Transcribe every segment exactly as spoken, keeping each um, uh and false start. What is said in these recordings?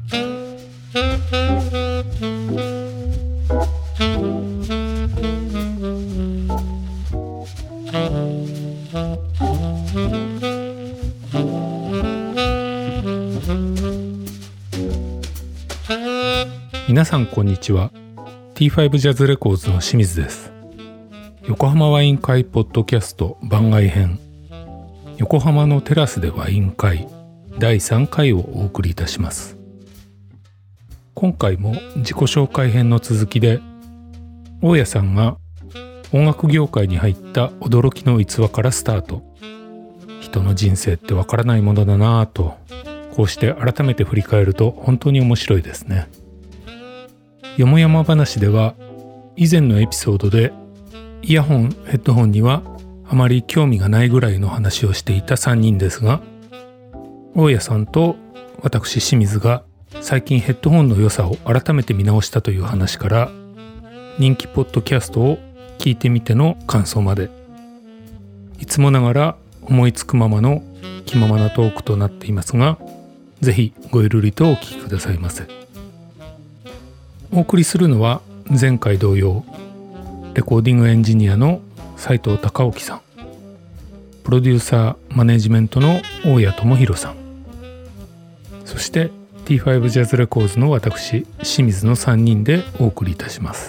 皆さんこんにちは。 ティーファイブ ジャズレコーズの清水です。横浜ワイン会ポッドキャスト番外編、横浜のテラスでワイン会だいさんかいをお送りいたします。今回も自己紹介編の続きで、大家さんが音楽業界に入った驚きの逸話からスタート。人の人生ってわからないものだなぁと、こうして改めて振り返ると本当に面白いですね。よもやま話では、以前のエピソードでイヤホンヘッドホンにはあまり興味がないぐらいの話をしていたさんにんですが、大家さんと私清水が最近ヘッドホンの良さを改めて見直したという話から、人気ポッドキャストを聞いてみての感想まで、いつもながら思いつくままの気ままなトークとなっていますが、ぜひごゆるりとお聞きくださいませ。お送りするのは前回同様、レコーディングエンジニアの斉藤孝興さん、プロデューサーマネジメントの大谷智弘さん、そして ティーファイブ ジャズレコーズの私清水のさんにんでお送りいたします。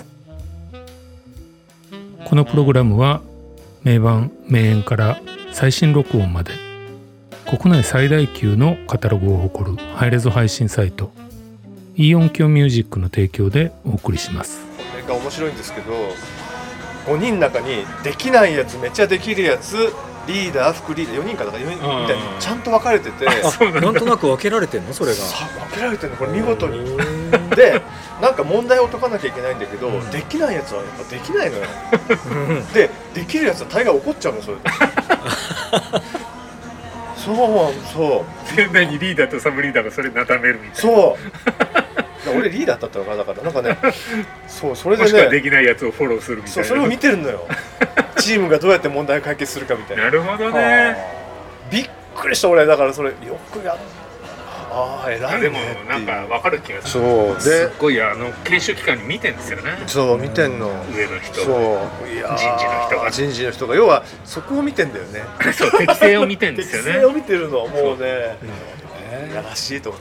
このプログラムは名盤名演から最新録音まで、国内最大級のカタログを誇るハイレゾ配信サイトイー音響ミュージックの提供でお送りします。 これが面白いんですけど、ごにんの中にできないやつ、めっちゃできるやつ、リーダー、副リーダー、よにんかだからよにんみたいにちゃんと分かれてて、 なんとなく分けられてんのそれが。 分けられてるの、これ見事に。で、なんか問題を解かなきゃいけないんだけど、うん、できないやつはやっぱできないのよ。で、できるやつは大概怒っちゃうの、それで。そうそう絶対にリーダーとサブリーダーがそれなだめるみたいな。 そう俺リーダーだったのかな、だからなんかね、そうそれでね、 もしくはできないやつをフォローするみたいな。 そうそれを見てるのよ。チームがどうやって問題を解決するかみたいな。 なるほどね。 びっくりした俺、だからそれよくやっああ偉いねっていう。 でもなんか分かる気がする。 そうですっごいあの研修期間に見てんですよね。 そう見てんの、 上の人、 そういや人事の人が人事の人が要はそこを見てんだよね。 そう適性を見てんですよね。 適性を見てるのもうね、やらしいと思って。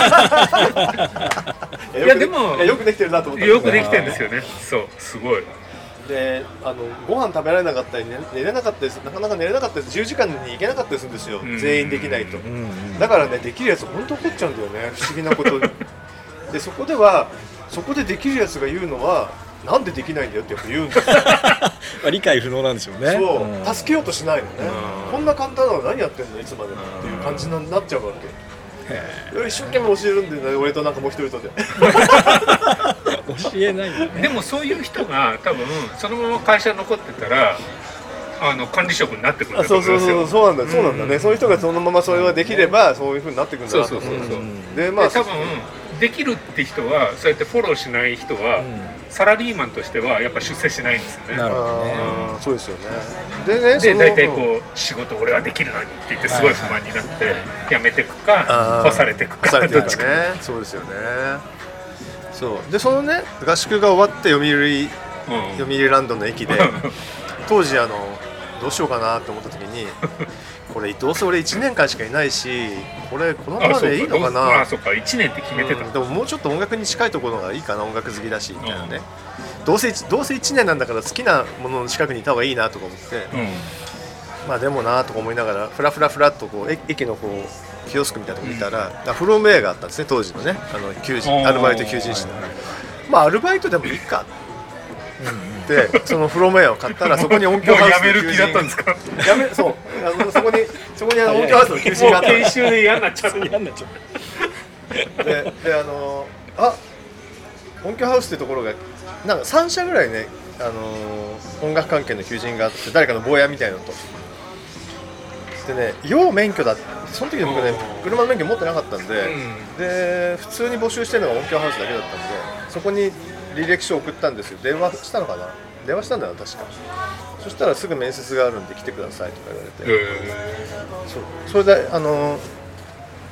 いやでもよくできてるなと思った。 よくできてるんですよね。そうすごい。 で、あのご飯食べられなかったり、ね、寝れなかったです。なかなか寝れなかったです。じゅうじかんに行けなかったりするんですよ。全員できないと。だからね、できるやつ本当怒っちゃうんだよね。不思議なことで、そこではそこでできるやつが言うのは、なんでできないんだよってやっぱ言うんですよ。 理解不能なんでしょうね。 そう、うん、助けようとしないのね。こんな簡単なの何やってんのいつまでもっていう感じになっちゃうわけ。一生懸命教えるんだよね、俺となんかもう一人とで。 教えないんだね。 でもそういう人が多分そのまま会社に残ってたら、あの管理職になってくるんだと思いますよ。 そうそうそうそうなんだ、そうなんだね。そういう人がそのままそれができればそういう風になってくるんだなと思う。 でまあ多分できるって人はそうやってフォローしない人は、うん、サラリーマンとしてはやっぱ出世しないんですよね。 なるほどね。 あそうですよね。でね、 で大体こう仕事俺はできるのにって言ってすごい不満になって辞めていくか干されていくか、 どっちかね。そうですよね。そうでそのね合宿が終わって読売、うん、読売ランドの駅で当時あのどうしようかなと思った時に。これどうせ俺いちねんかんしかいないし、これこのままでいいのかな。 あ、そうか、いちねんって決めてた、 うん、でももうちょっと音楽に近いところがいいかな、音楽好きだしみたいなね、うん、どうせどうせいちねんなんだから好きなものの近くにいた方がいいなとか思って、うん、まあでもなとか思いながらフラフラフラっとこう駅のこうキオスクみたいなとこ見たら、うん、フロムウェアがあったんですね、当時のね、あの求人アルバイト求人誌の、まあアルバイトでもいいかでそのフロムウェアを買ったらそこに音響ハウスの求人。 もうやめる気だったんですか？ やめそうあのそこにそこにあの音響ハウスの求人があった。 研修で嫌になっちゃう。嫌になっちゃう。でであのあ音響ハウスってところがなんかさん社ぐらいね、あの音楽関係の求人があって、誰かの坊やみたいなのと。でね、要免許だ。その時で僕ね車の免許持ってなかったんで、うん、で普通に募集してるのが音響ハウスだけだったんで、そこに履歴書を送ったんですよ。電話したのかな、電話したんだよ確か。そしたらすぐ面接があるんで来てくださいとか言われて、えー、そうそれであの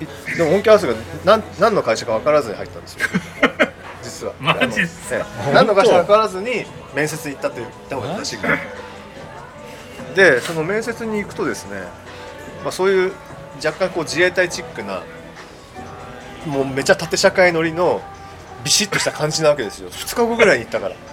でも音響ハウスが何何の会社か分からずに入ったんですよ実はマジっすか。 何の会社か分からずに面接に行ったって言った方が正しいからでその面接に行くとですね、まあ、そういう若干こう自衛隊チックなもうめちゃ縦社会乗りのビシッとした感じなわけですよ。ふつかごぐらいに行ったから、うん、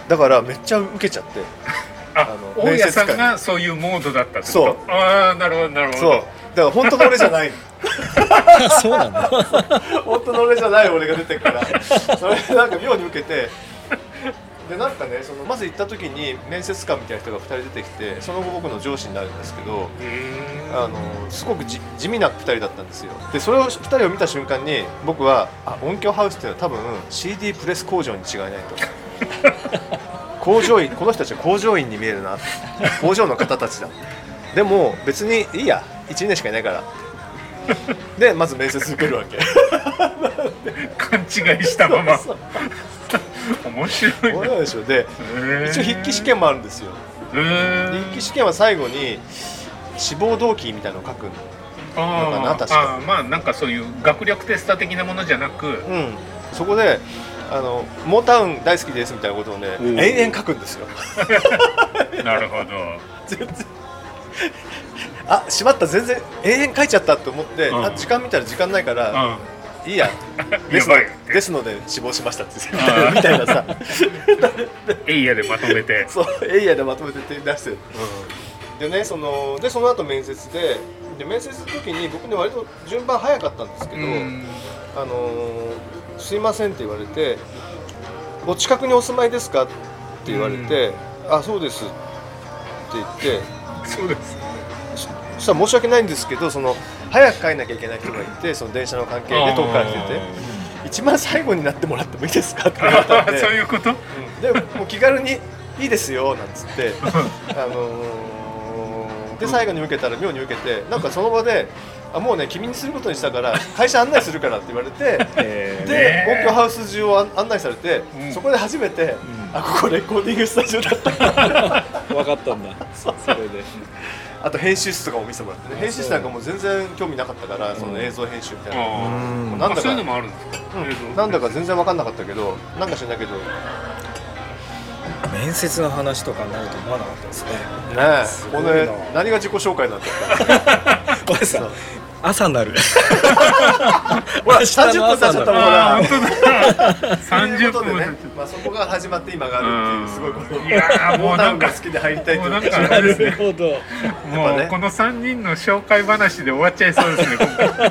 だからめっちゃ受けちゃってああの大家さんがそういうモードだったってこと。 そうああなるほどなるほど。 そうだから本当の俺じゃないそうなんだ本当の俺じゃない俺が出てるからそれでなんか妙に受けてでなんかねそのまず行った時に面接官みたいな人がふたり出てきてその後僕の上司になるんですけどあのすごくじ地味なふたりだったんですよ。でそれをふたりを見た瞬間に僕はあ音響ハウスっていうのは多分 シーディー プレス工場に違いないと工場員この人たちは工場員に見えるな工場の方たちだでも別にいいやいちねんしかいないからでまず面接受けるわけ勘違いしたまま面白い面白いでしょ。で一応筆記試験もあるんですよ。筆記試験は最後に志望動機みたいなのを書くのかな確か。 あまあなんかそういう学力テスト的なものじゃなく、うん、 そこであのモータウン大好きですみたいなことをね延々書くんですよなるほど全然あしまった全然延々書いちゃったと思って、うん、あ時間見たら時間ないから、うん、いいやですのですので死亡しましたってみたいなさエイヤでまとめてそうエイヤでまとめて出してる、うん、でねそのでその後面接でで面接の時に僕ね割と順番早かったんですけど、うん、あのー、すいませんって言われてお近くにお住まいですかって言われて、うん、あそうですって言ってそうですそしたら申し訳ないんですけどその早く帰んなきゃいけない人がいてその電車の関係で遠くから来てて一番最後になってもらってもいいですかって言われたんでそういうこと、うん、 でもう気軽にいいですよなんつってあのー、で最後に受けたら妙に受けてなんかその場であもうね君にすることにしたから会社案内するからって言われてで音響ハウス中を案内されて、うん、そこで初めて、うん、あここレコーディングスタジオだった分かったんだそれであと編集室とかも見せてもらって、ね、編集室なんかもう全然興味なかったから、うん、その映像編集みたいな、うん、なんだかそういうのもあるんですか、 うん、なんだか全然分かんなかったけどなんか知らないけど面接の話とかになると思わなかったですね。 ねえこれ何が自己紹介なんだったおさん朝になるほらさんじゅっぷん経っちゃったもんなさんじゅっぷん、 ねまあ、そこが始まって今があるっていうすごいこといやもうなんか好きで入りたいというかなるほどもう、ね、このさんにんの紹介話で終わっちゃいそうですね今回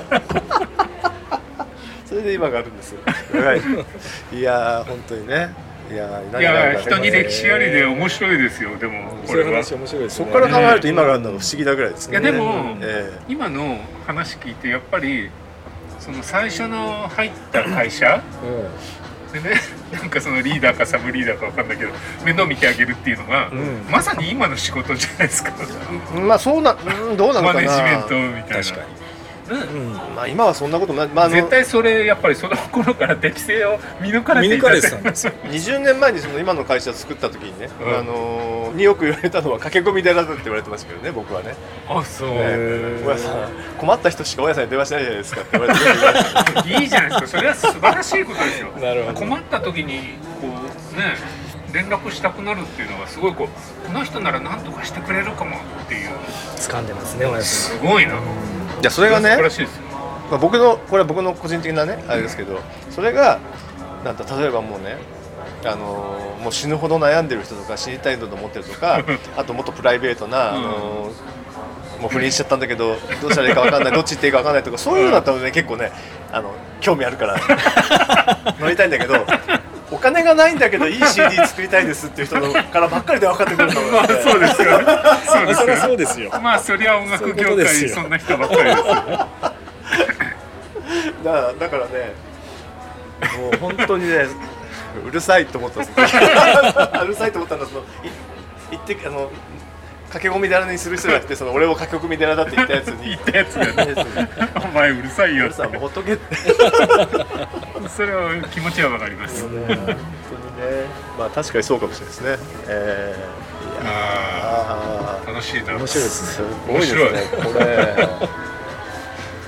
それで今があるんですよいやー本当にねいやいや人に歴史ありで面白いですよ。でもこれはそういう話面白いですね。 そこから考えると今があるのが不思議なぐらいですね。 いやでも、えー、今の話聞いてやっぱりその最初の入った会社、うん、でねなんかそのリーダーかサブリーダーかわかんないけど面倒見てあげるっていうのが、うん、まさに今の仕事じゃないですか。 まあそうな、うん、どうなのかな。 マネジメントみたいな。確かに。 うんまあ、今はそんなことない、まあ、あの絶対それやっぱりその頃から適性を見抜かれていたんですよにじゅうねんまえにその今の会社を作った時にね、うん、あのによく言われたのは駆け込み寺だって言われてましたけどね僕はねあそう、ね、 大家さん困った人しか大家さんに電話しないじゃないですかって言われていいじゃないですかそれは素晴らしいことですよなるほど困った時にこうね連絡したくなるっていうのがすごいこうこの人なら何とかしてくれるかもっていう掴んでますね大家さんすごいな、うんいやそれがね、 らしいですよまあ、僕のこれは僕の個人的なねあれですけどそれがなんか例えばもうねあのー、もう死ぬほど悩んでる人とか死にたいと思ってるとかあともっとプライベートな、あのー、もう不倫しちゃったんだけどどうしたらいいか分かんないどっち行っていいか分かんないとかそういうのだったらね結構ねあの興味あるから乗りたいんだけどお金がないんだけどいい シーディー 作りたいですっていう人からばっかりで分かってくると思うまあそうですよねそうですよそうですよまあそりゃ音楽業界そんな人ばっかりですよだからだからねもう本当にねうるさいと思ったんですうるさいと思ったんだそのい言ってあの駆け込み寺にする人じゃなくてその俺を駆け込み寺だって言ったやつに言ったやつがねお前うるさいよってうるさいもうほっとけってそれは気持ちはわかります、 ね、本当にねまあ確かにそうかもしれないですね、えー、いやあ楽しいな面白いですねすごいですねこれ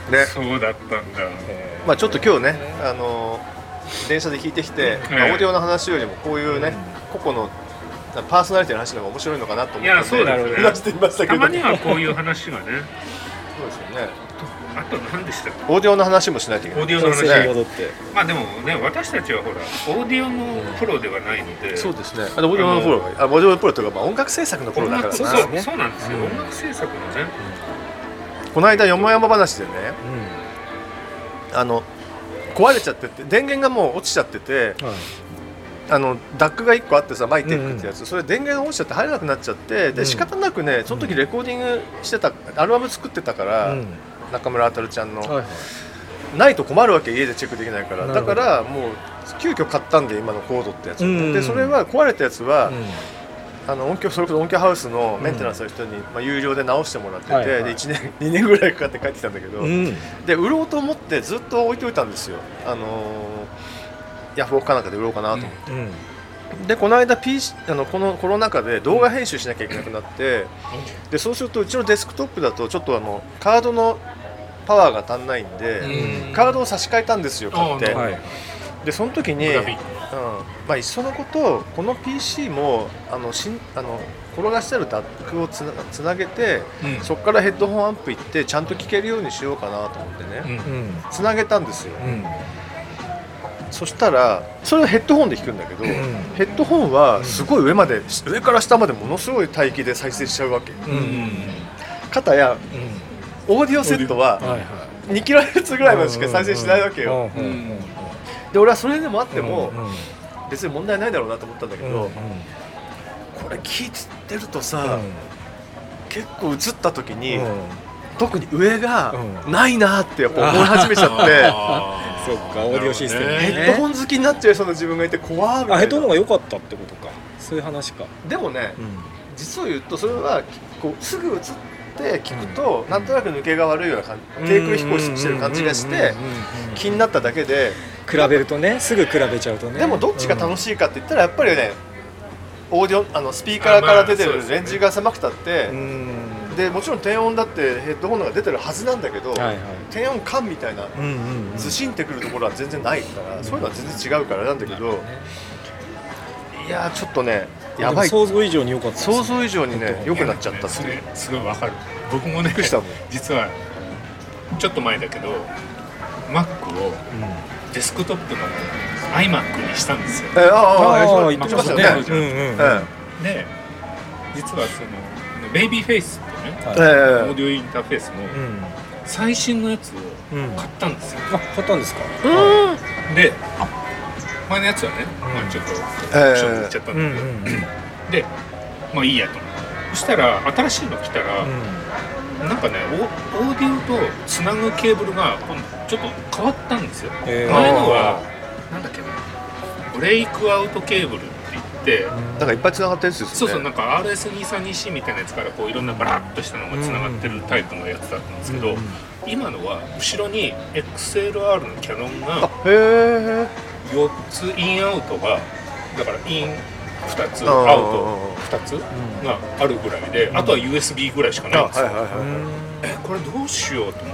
ね、 そうだったんだ。 まあちょっと今日ね、あの電車で聞いてきて、まあ、オーディオの話よりもこういうね、うん、個々のパーソナリティの話の方が面白いのかなと思って、 いやそうだろうね、 話してみましたけど、 たまにはこういう話がねそうですよね。 あと何でしたっけ、 オーディオの話もしないといけない。 オーディオの話、 戻って、 まあでもね、私たちはほらオーディオのプロではないので、 そうですね。あのオーディオのプロが、あ、オーディオのプロというか、まあ音楽制作のプロだからな。 そうそうそうなんですよ、うん、音楽制作のね、 うん、この間よもやま話でね、うん、あの壊れちゃってて電源がもう落ちちゃってて、はい、あのダックがいっこあってさ、マイテックってやつ、うんうん、それ電源が落ちちゃって入らなくなっちゃって、で仕方なくね、その時レコーディングしてた、アルバム作ってたから、うん、中村あたるちゃんの、はいはい、ないと困るわけ、家でチェックできないから、だからもう急遽買ったんで、今のコードってやつ、うんうん、でそれは壊れたやつは、うん、あの音響、それこそ音響ハウスのメンテナンスの人に、うん、まあ、有料で直してもらってて、はいはい、でいちねんにねんぐらいかかって帰ってきたんだけど、うん、で売ろうと思ってずっと置いておいたんですよ、あのー、ヤフオクかなんかで売ろうかなと思って、うんうん、でこの間 ピーシー あのこのコロナ禍で動画編集しなきゃいけなくなって、うん、でそうするとうちのデスクトップだとちょっとあのカードのパワーが足んないんで、うん、カードを差し替えたんですよ、買って、はい、でその時に、うん、まあいっそのことこの ピーシー もあのしんあの転がしてあるダックをつ な, つなげて、うん、そこからヘッドホンアンプ行ってちゃんと聴けるようにしようかなと思ってね、うん、つなげたんですよ、うん、そしたらそれはヘッドホンで聴くんだけど、うん、ヘッドホンはすごい上まで、うん、上から下までものすごい帯域で再生しちゃうわけ、うんうん、かたや、うん、オーディオセットはにキロヘルツぐらいまでしか再生しないわけよ、うんうんうん、で俺はそれでもあっても、うんうん、別に問題ないだろうなと思ったんだけど、うんうん、これ聞いてるとさ、うん、結構映った時に、うん、特に上がないなってやっぱ思い始めちゃって、うん、 そっか、オーディオシステム、ね、 ヘッドホン好きになっちゃいそうな自分がいて怖いみたいな。 あ、ヘッドホンが良かったってことか、そういう話か。 でもね、うん、実を言うとそれはこうすぐ映って聞くと、うん、なんとなく抜けが悪いような感じ、低空飛行してる感じがして気になっただけで、 比べるとね、すぐ比べちゃうとね。 でもどっちが楽しいかって言ったらやっぱりね、オーディオあのスピーカーから出てるレンジが狭くたって、でもちろん低音だってヘッドホンが出てるはずなんだけど、はいはい、低音感みたいな、うんうんうん、ずしんってくるところは全然ないから、うん、そういうのは全然違うからなんだけど、ね、いやちょっとねやばい、 想像以上に良かったです、 ね、想像以上にね良くなっちゃったっていう、 ね、すごいわかる。僕もね実はちょっと前だけど Mac をデスクトップの iMac にしたんですよ、 えー、ああ言ってましたね、うんうんうん、で実はそのベイビーフェイスってね、はい、オーディオインターフェースの最新のやつを買ったんですよ、 うん、あ、買ったんですか、 うん、で前のやつはね、まあ、ちょっとショック売っちゃったんだけど、うんうん、でまあいいやと思って、そしたら新しいの来たら、うん、なんかね オ, オーディオとつなぐケーブルが今度ちょっと変わったんですよ、えー、前のはなんだっけな、ブレイクアウトケーブルって言って、うん、 なんかいっぱいつながってるんですよね。 そうそう、なんか アールエスにさんにシー みたいなやつからこういろんなバラッとしたのがつながってるタイプのやつだったんですけど、うん、今のは後ろに エックスエルアール のキャノンがよっつインアウトがだからインふたつアウトふたつがあるぐらいで、あとは ユーエスビー ぐらいしかないんですよ。え、これどうしようと思って、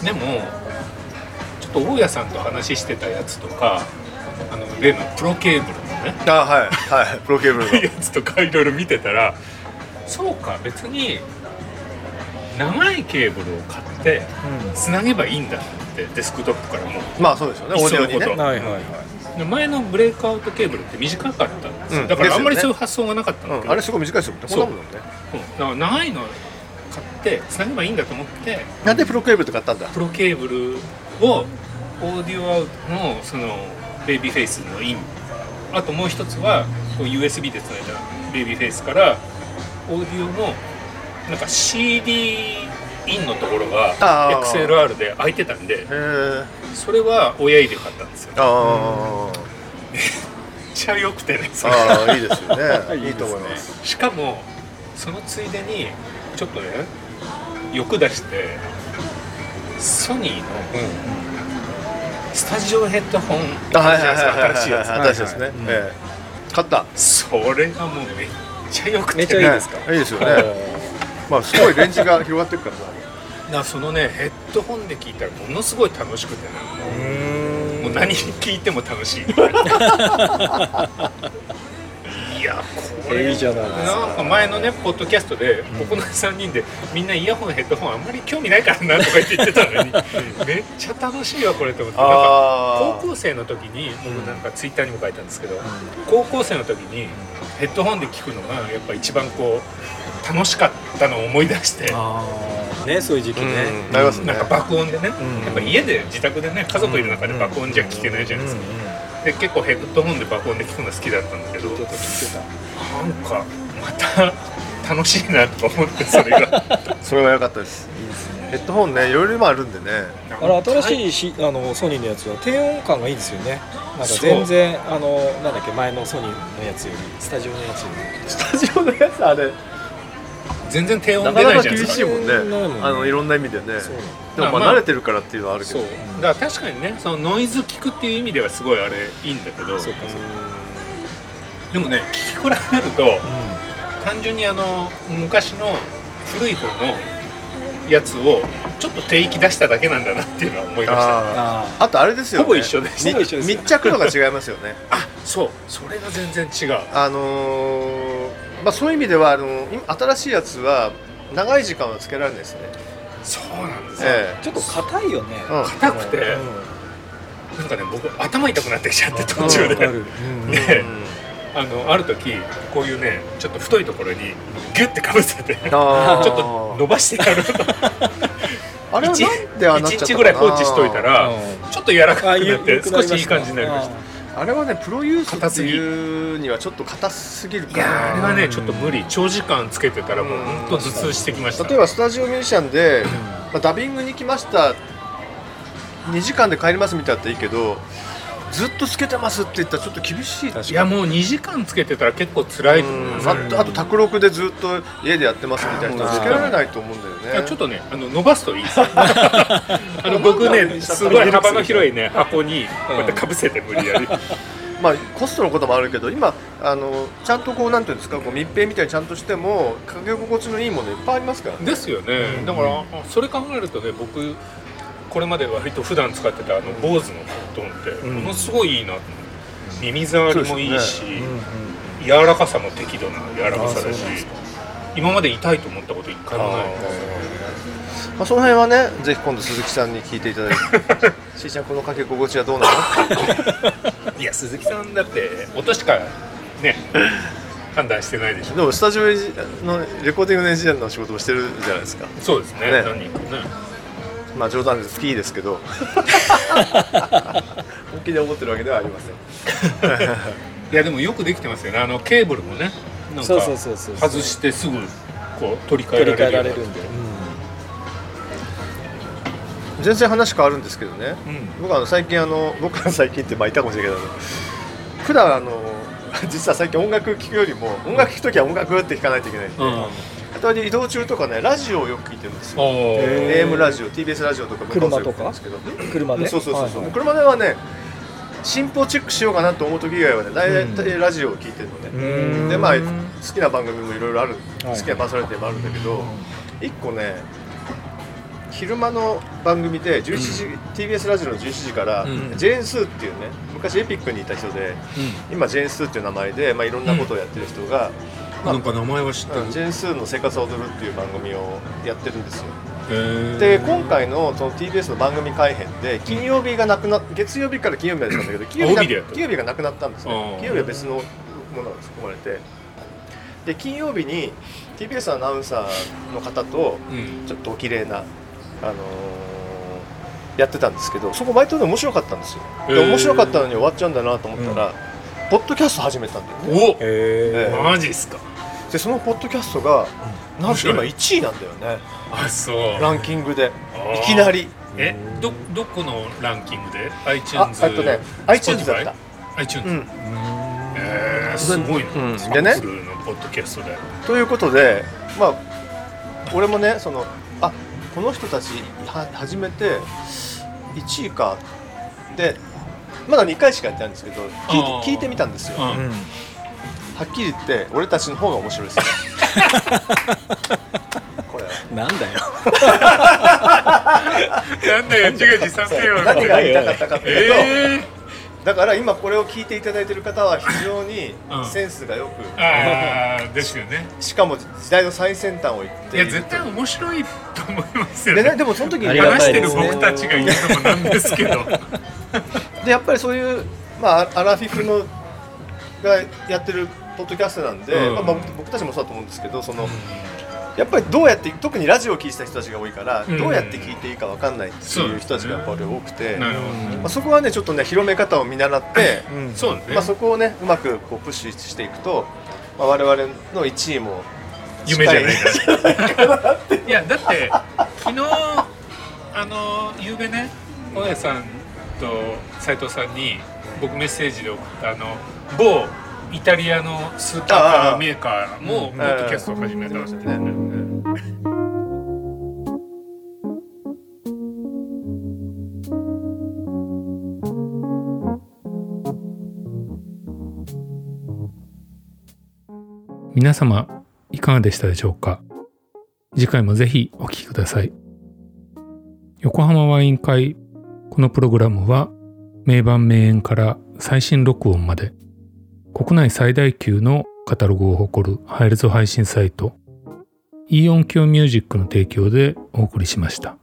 でもちょっと大家さんと話してたやつとか、あの例のプロケーブルのね、 あ、はいはい、プロケーブルのやつとかいろいろ見てたら、そうか、別に長いケーブルを買ってつなげばいいんだって、デスクトップからも、 まあそうですよね、オーディオにね、 はいはいはい、 で前のブレイクアウトケーブルって短かったんですよ、うん、だからあんまりそういう発想がなかったんだけど、 うん、あれすごい短いですよね、こんなもんね、 うん、だから長いの買ってつなげばいいんだと思って、 なんでプロケーブルって買ったんだ。 プロケーブルをオーディオアウトのそのベイビーフェイスのイン、あともう一つはこう ユーエスビー でつないだベイビーフェイスからオーディオのなんか シーディー インのところが エックスエルアール で開いてたんで、それは親入れ買ったんですよ。あめっちゃ良くてね、それあいいですよねいいと思います。 しかもそのついでにちょっとね欲出してソニーのスタジオヘッドホン新しいやつ、 新しいですね、買った。 それがもうめっちゃ良くて、 めっちゃいいですか。 いいですよねまあすごいレンジが広がってるからさなそのねヘッドホンで聞いたらものすごい楽しくてね、もう何聞いても楽しいいやこれいいじゃないですか。 なんか前のねポッドキャストでここのさんにんでみんなイヤホンヘッドホンあんまり興味ないからなとか言って言ってたのにめっちゃ楽しいわこれと思って、なんか高校生の時に僕なんかツイッターにも書いたんですけど、高校生の時にヘッドホンで聞くのがやっぱ一番こう楽しかったのを思い出して、 ああね、そういう時期ね、 うん、なりますね。 なんか爆音でね、 うんやっぱ家で自宅でね家族いる中で爆音じゃ聞けないじゃないですか。で結構ヘッドホンで爆音で聞くの好きだったんだけど、 ちょっと聞いてた。 なんかまた楽しいなと思ってそれがそれは良かったです。 いいですね。 ヘッドホンねいろいろ今あるんでね。 あの新しいしあのソニーのやつは低音感がいいんですよね。なんか全然あのなんだっけ前のソニーのやつよりスタジオのやつよりスタジオのやつあれ全然低音な出かなか厳ないじゃないですか。 しいもんね。 ないもんねあのいろんな意味でね。 そうでもまあまあ慣れてるからっていうのはあるけど。 そうだから確かにねそのノイズ聞くっていう意味ではすごいあれいいんだけど、 そうかそうか。 でもね聞き比べると単純にあの昔の古い方のやつをちょっと低域出しただけなんだなっていうのは思いました。 あああ。あとあれですよね。 ほぼ一緒ですみほぼ一緒ですよ密着度が違いますよね。 あそうそれが全然違う。 あのー、まあそういう意味ではあの今新しいやつは長い時間はつけられないですね。 そうなんですよ、 えちょっと硬いよね。 うん硬くて、 うんなんかね僕頭痛くなってきちゃって途中で、 わかるうんでえ。 あのある時こういうねちょっと太いところにギュッてかぶせてちょあーっと伸ばしてやるとあれはなんでああなっちゃったかな。 いちにちぐらい放置しといたら、 うんちょっと柔らかくなっあゆてゆくなりました少しいい感じになりました。 あれはねプロユースっていうにはちょっと硬すぎるいかな。 やーあれはねちょっと無理、長時間つけてたらもうほんと頭痛してきました。 例えばスタジオミュージシャンで、まあ、ダビングに来ましたにじかんで帰りますみたいだったらいいけどずっとつけてますって言ったらちょっと厳しい。 いやもうにじかんつけてたら結構辛いと思います。 あとあと卓録でずっと家でやってますみたいな人はつけられないと思うんだよね。 いやちょっとねあの伸ばすといいですよあの僕ねすごい幅の広いね箱にこうやってかぶせて無理やりまあコストのこともあるけど今あのちゃんとこうなんていうんですかこう密閉みたいにちゃんとしてもかけ心地のいいものいっぱいありますからね。 ですよね。だからあそれ考えるとね僕これまで割と普段使ってたあの坊主の布団ってものすごいいいなと思って、耳障りもいいし、柔らかさも適度な柔らかさだし、今まで痛いと思ったこと一回もない。 まあ、その辺はねぜひ今度鈴木さんに聞いていただいてしーちゃんこのかけ心地はどうなのいや鈴木さんだって音しかね判断してないでしょ。 でもスタジオのレコーディングのエンジニアの仕事もしてるじゃないですか。 そうですね。 ね何人かね。 まあ冗談ですピーですけど本気で思ってるわけではありません。 いやでもよくできてますよね。あのケーブルもねなんそうかそうそうそう外してすぐこう取り替え取り替えられるようなられるんで、 全然話変わるんですけどね、 うん僕はあの最近あの僕は最近ってまあいたかもしれないけど普段あの実は最近音楽聴くよりも音楽聴くときは音楽って聴かないといけないんで、 うんあとは移動中とかねラジオをよく聴いてるんですよ。 おーへエーエム ラジオ ティービーエス ラジオとか車とかよく聞くんですけど車で、 そうそうそうそう、 はいはいもう車ではね進歩チェックしようかなと思う時以外はね大体ラジオを聴いてるのね、 うんでまあ好きな番組もいろいろある、 はい好きなパーソナリティもあるんだけど一個ね昼間の番組でじゅうしちじ、うん、ティービーエス ラジオのじゅうしちじから、うん、ジェーン・スーっていうね昔エピックにいた人で、うん、今ジェーン・スーっていう名前で、まあ、いろんなことをやってる人が、 うんまあ、なんか名前は知ってる、 うん、ジェーン・スーの生活を踊るっていう番組をやってるんですよ。 へーで今回のその ティービーエス の番組改編で金曜日がなくな月曜日から金曜日までだったんだけど金曜日が帯でやった金曜日がなくなったんですね。金曜日は別のものが含まれてで金曜日に ティービーエス アナウンサーの方とうんちょっとお綺麗な、あのーやってたんですけどそこ毎回面白かったんですよ。でへー面白かったのに終わっちゃうんだなと思ったら、ポッドキャスト始めたんだよね。 おへええマジっすか。 でそのポッドキャストがなんと今いちいなんだよねあそうランキングであーいきなり。 えどどこのランキングであ iTunes あとね iTunes だった iTunes、 うんえー、すごいうんな、 でねアップルのポッドキャストでということでまあ俺もねそのあこの人たちは初めていちいかでまだにかいしかやってないんですけど聞いて聞いてみたんですよ。 うんはっきり言って俺たちの方が面白いですよこれなんだよなんだよ自画自賛せよ。 何が言いたかったかというと、 えーだから今これを聞いていただいている方は非常にセンスがよく、 ああですよね。 しかも時代の最先端を言っているいや絶対面白いと思いますよでね。 ね。 でもその時にありが話してるたいですね僕たちが言うのもなんですけど。 でやっぱりそういう、まあ、アラフィフのがやってるポッドキャストなんで、 うんまあ、僕, 僕たちもそうだと思うんですけど、そのやっぱりどうやって特にラジオを聞いてた人たちが多いから、 うんどうやって聞いていいか分かんないっていう人たちがやっぱり多くて、 なるほどまね。 あ、そこはねちょっとね広め方を見習って、 うんそうね。 まあ、そこをねうまくこうプッシュしていくと、まあ、我々のいちいも夢じゃない近かな。いやだって昨日あの夕べね大家さんと斉藤さんに僕メッセージで送ったあの某イタリアのスーパーカーメーカーもポッドキャストを始めたんですよね。皆様いかがでしたでしょうか。次回もぜひお聞きください。横浜ワイン会、このプログラムは名盤名演から最新録音まで国内最大級のカタログを誇るハイレゾ配信サイトイーオンキョミュージックの提供でお送りしました。